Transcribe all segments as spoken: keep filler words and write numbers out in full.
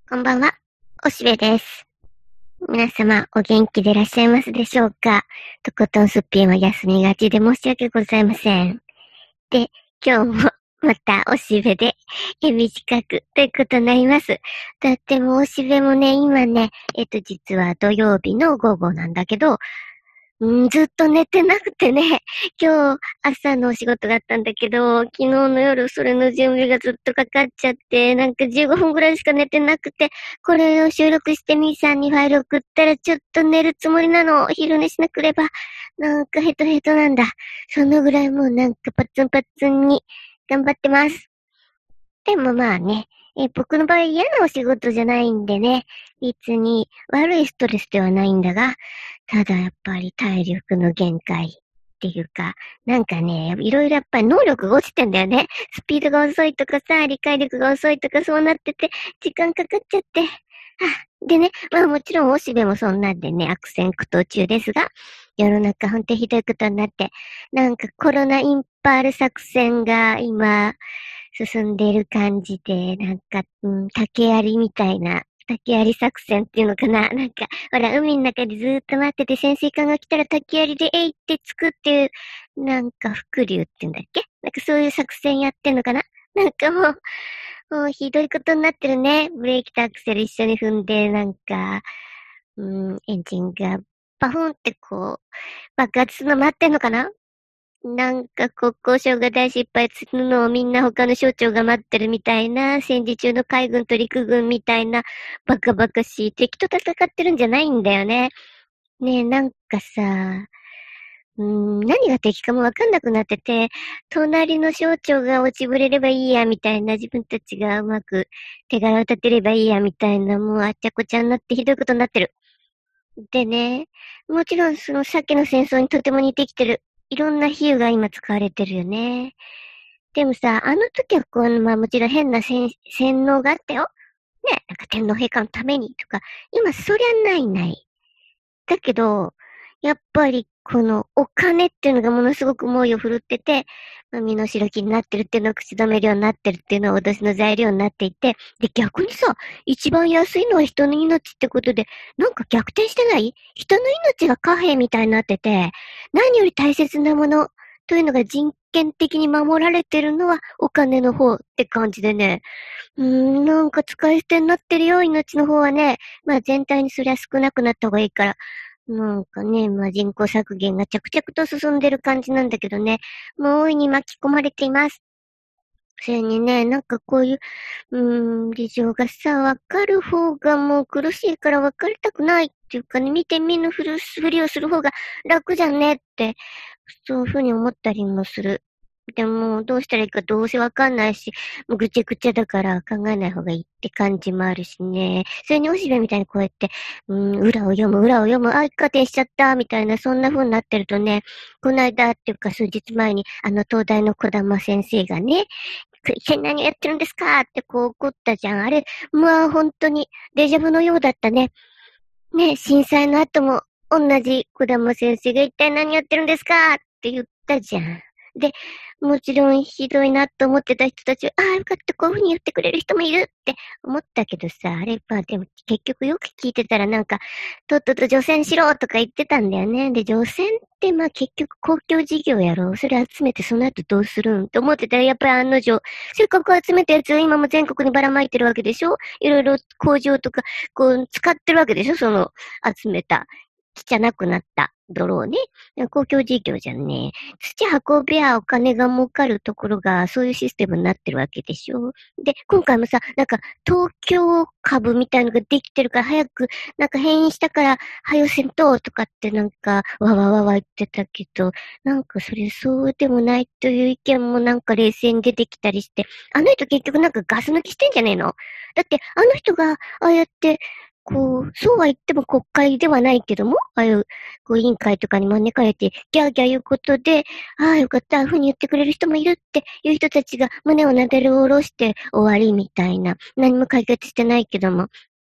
こんばんは、おしべです。皆様、お元気でいらっしゃいますでしょうか。とことんすっぴんは休みがちで申し訳ございません。で、今日もまたおしべで、え、短くということになります。だってもうおしべもね、今ね、えっと実は土曜日の午後なんだけど、うん、ずっと寝てなくてね、今日朝のお仕事があったんだけど、昨日の夜それの準備がずっとかかっちゃって、なんかじゅうごふんぐらいしか寝てなくて、これを収録してみーさんにファイル送ったらちょっと寝るつもりなの。昼寝しなければ、なんかヘトヘトなんだ。そのぐらいもうなんかパツンパツンに頑張ってます。でもまあね、え僕の場合嫌なお仕事じゃないんでね、別に悪いストレスではないんだが、ただやっぱり体力の限界っていうか、なんかね、いろいろやっぱり能力が落ちてんだよね。スピードが遅いとかさ、理解力が遅いとかそうなってて、時間かかっちゃって。あでね、まあもちろんおしべもそんなんでね、悪戦苦闘中ですが、世の中ほんとひどいことになって、なんかコロナインパール作戦が今、進んでいる感じで、なんか、うん、竹槍みたいな、竹槍作戦っていうのかななんか、ほら、海の中でずーっと待ってて潜水艦が来たら竹槍でえいってつくっていう、なんか、伏流っていうんだっけなんかそういう作戦やってんのかななんかもう、もうひどいことになってるね。ブレーキとアクセル一緒に踏んで、なんか、うん、エンジンがバフンってこう、爆発するの待ってんのかななんか国交省が大失敗するのをみんな他の省庁が待ってるみたいな、戦時中の海軍と陸軍みたいな、バカバカしい敵と戦ってるんじゃないんだよね。ねえ、なんかさ、うーん、何が敵かもわかんなくなってて、隣の省庁が落ちぶれればいいや、みたいな、自分たちがうまく手柄を立てればいいや、みたいな、もうあっちゃこちゃになってひどいことになってる。でね、もちろんそのさっきの戦争にとても似てきてる。いろんな比喩が今使われてるよね。でもさ、あの時はこう、まあもちろん変な洗洗脳があったよ。ね、なんか天皇陛下のためにとか、今そりゃないない。だけど、やっぱりこのお金っていうのがものすごく猛威を振るってて、まあ、身代金になってるっていうのを口止め料になってるっていうのは脅しの材料になっていて、で、逆にさ、一番安いのは人の命ってことで、なんか逆転してない人の命が貨幣みたいになってて、何より大切なものというのが人権的に守られてるのはお金の方って感じでね、うーん、なんか使い捨てになってるよ、命の方はね。まあ全体にそりゃ少なくなった方がいいから。なんかね、まあ人口削減が着々と進んでる感じなんだけどね、もう大いに巻き込まれています。それにね、なんかこういう、うーん、事情がさ、わかる方がもう苦しいからわかりたくないっていうかね、見て見ぬふるふりをする方が楽じゃんねって、そういうふうに思ったりもする。でも、どうしたらいいかどうせわかんないし、もうぐちゃぐちゃだから考えない方がいいって感じもあるしね。それにおしべみたいにこうやって、うーん、裏を読む、裏を読む、あ、一回転しちゃった、みたいな、そんな風になってるとね、この間っていうか数日前に、あの東大の小玉先生がね、一体何やってるんですかってこう怒ったじゃん。あれ、まあ本当にデジャブのようだったね。ね、震災の後も同じ小玉先生が一体何やってるんですかって言ったじゃん。で、もちろんひどいなと思ってた人たちは、ああ、よかった、こういう風に言ってくれる人もいるって思ったけどさ、あれ、まあでも結局よく聞いてたらなんか、とっとと除染しろとか言ってたんだよね。で、除染ってまあ結局公共事業やろう。それ集めてその後どうするんって思ってたら、やっぱり案の定、せっかく集めたやつを今も全国にばらまいてるわけでしょいろいろ工場とか、こう、使ってるわけでしょその、集めた。汚くなった泥をね。公共事業じゃんね。土運べやお金が儲かるところが、そういうシステムになってるわけでしょ。で、今回もさ、なんか、東京株みたいのができてるから、早く、なんか変異したから、はよせんと、とかってなんか、わわわわ言ってたけど、なんかそれそうでもないという意見もなんか冷静に出てきたりして、あの人結局なんかガス抜きしてんじゃねえのだって、あの人が、ああやって、こう、そうは言っても国会ではないけども、ああいう、こう、委員会とかに招かれて、ギャーギャー言うことで、ああ、よかった、ああいうふうに言ってくれる人もいるっていう人たちが胸をなでる下ろして終わりみたいな。何も解決してないけども。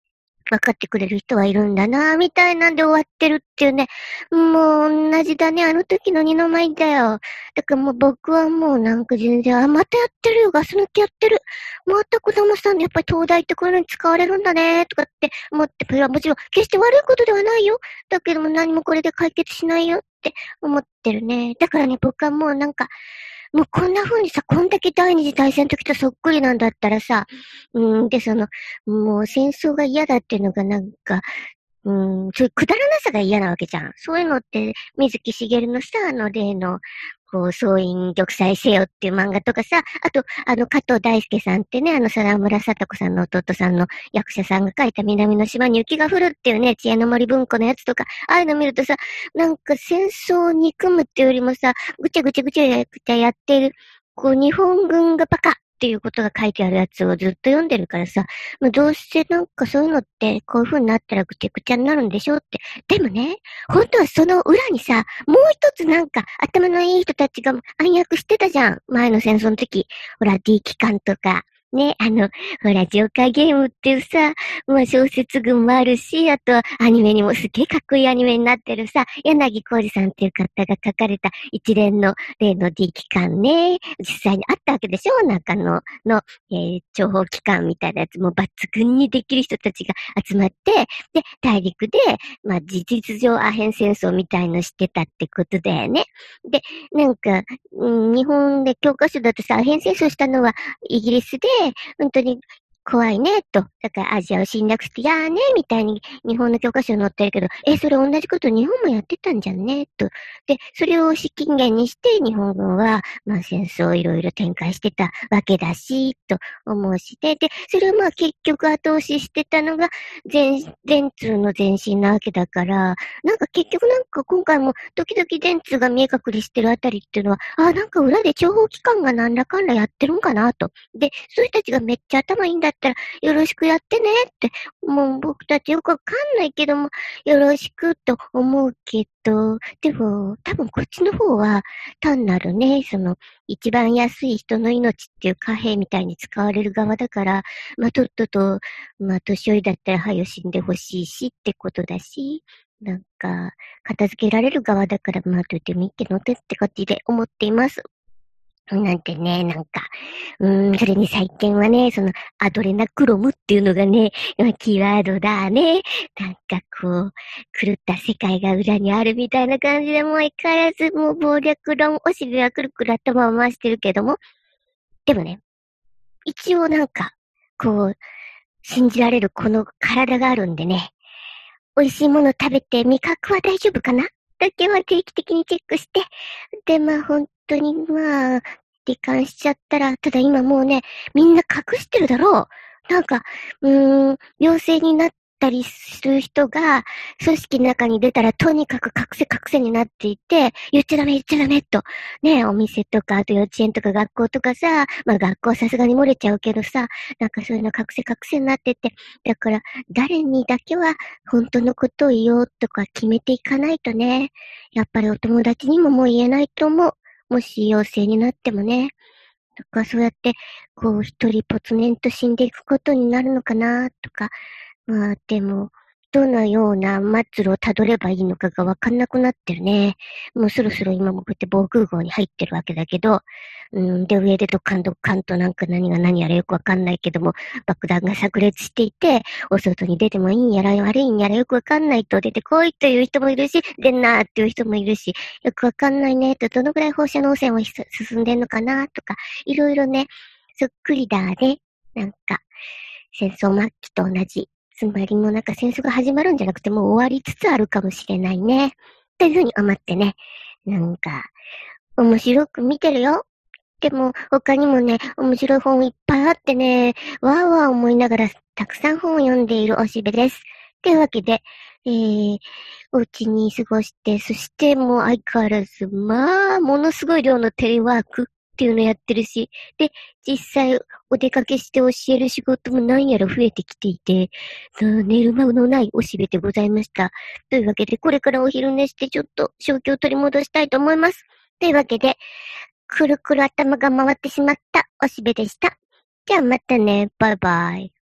分かってくれる人はいるんだな、みたいなんで終わってるっていうね。もう同じだね。あの時の二の舞だよ。だからもう僕はもうなんか全然、あ、またやってるよ。ガス抜きやってる。また子供さんでやっぱり東大ってこういうのに使われるんだね、とかって思って、それはもちろん決して悪いことではないよ。だけども何もこれで解決しないよって思ってるね。だからね、僕はもうなんか、もうこんな風にさ、こんだけ第二次大戦の時とそっくりなんだったらさ、うん、で、その、もう戦争が嫌だっていうのがなんか、うん、そういうくだらなさが嫌なわけじゃん。そういうのって、水木しげるのさ、あの例の、こう、総員玉砕せよっていう漫画とかさ、あと、あの、加藤大輔さんってね、あの、沢村貞子さんの弟さんの役者さんが書いた南の島に雪が降るっていうね、知恵の森文庫のやつとか、ああいうの見るとさ、なんか戦争を憎むっていうよりもさ、ぐちゃぐちゃぐちゃぐちゃやってる、こう、日本軍がバカっていうことが書いてあるやつをずっと読んでるからさ、まあ、どうしてなんかそういうのってこういう風になったらぐちゃぐちゃになるんでしょうって。でもね、本当はその裏にさ、もう一つなんか頭のいい人たちが暗躍してたじゃん。前の戦争の時。ほら、D 機関とか。ね、あの、ほら、ジョーカーゲームっていうさ、まあ小説群もあるし、あとアニメにもすげえかっこいいアニメになってるさ、柳浩二さんっていう方が書かれた一連の例の D 機関ね、実際にあったわけでしょ、中の、の、えー、諜報機関みたいなやつも抜群にできる人たちが集まって、で、大陸で、まあ事実上アヘン戦争みたいのしてたってことだよね。で、なんか、うん、日本で教科書だとさ、アヘン戦争したのはイギリスで、本当に怖いね、と。だからアジアを侵略して、やーね、みたいに日本の教科書に載ってるけど、え、それ同じこと日本もやってたんじゃんね、と。で、それを資金源にして日本軍は、まあ戦争をいろいろ展開してたわけだし、と思うし、で、で、それをまあ結局後押ししてたのが、全、全通の前進なわけだから、なんか結局なんか今回も時々全通が見え隠れしてるあたりっていうのは、あ、なんか裏で諜報機関がなんだかんだやってるんかな、と。で、そういう人たちがめっちゃ頭いいんだったら、よろしくやってねって、もう僕たちよくわかんないけども、よろしくと思うけど、でも、多分こっちの方は、単なるね、その、一番安い人の命っていう貨幣みたいに使われる側だから、まあ、とっとと、まあ、年寄りだったら、はよ死んでほしいしってことだし、なんか、片付けられる側だから、まあ、とってもいいけどって感じで思っています。なんてね、なんか、うーん、それに最近はね、その、アドレナクロムっていうのがね、キーワードだね。なんかこう、狂った世界が裏にあるみたいな感じで、もう相変わらず、もう暴力論、おしべはくるくる頭を回してるけども。でもね、一応なんか、こう、信じられるこの体があるんでね、美味しいもの食べて味覚は大丈夫かなだけは定期的にチェックして、で、まあ本当にまあ、罹患しちゃったら、ただ今もうね、みんな隠してるだろう。なんか、うーん、陽性になったりする人が、組織の中に出たらとにかく隠せ隠せになっていて、言っちゃダメ言っちゃダメと。ね、お店とか、あと幼稚園とか学校とかさ、まあ学校はさすがに漏れちゃうけどさ、なんかそういうの隠せ隠せになってて、だから、誰にだけは本当のことを言おうとか決めていかないとね、やっぱりお友達にももう言えないと思う。もし陽性になってもね。だからそうやって、こう一人ぽつねんと死んでいくことになるのかなとか。まあでも、どのような末路をたどればいいのかがわかんなくなってるね。もうそろそろ今もこうやって防空壕に入ってるわけだけど、うん、で上でドカンドカンとなんか何が何やらよくわかんないけども、爆弾が炸裂していて、お外に出てもいいんやら悪いんやらよくわかんないと出てこいという人もいるし、出んなーっていう人もいるし、よくわかんないねと、どのぐらい放射能汚染は進んでんのかなとか、いろいろね、そっくりだね。なんか、戦争末期と同じ。つまりもうなんか戦争が始まるんじゃなくてもう終わりつつあるかもしれないね。というふうに思ってね。なんか、面白く見てるよ。でも他にもね、面白い本いっぱいあってね、わーわー思いながらたくさん本を読んでいるおしべです。というわけで、えー、お家に過ごして、そしてもう相変わらず、まあ、ものすごい量のテレワークっていうのやってるし、で、実際お出かけして教える仕事も何やら増えてきていて、寝る間のないおしべでございました。というわけで、これからお昼寝してちょっと正気を取り戻したいと思います。というわけで、くるくる頭が回ってしまったおしべでした。じゃあまたね。バイバイ。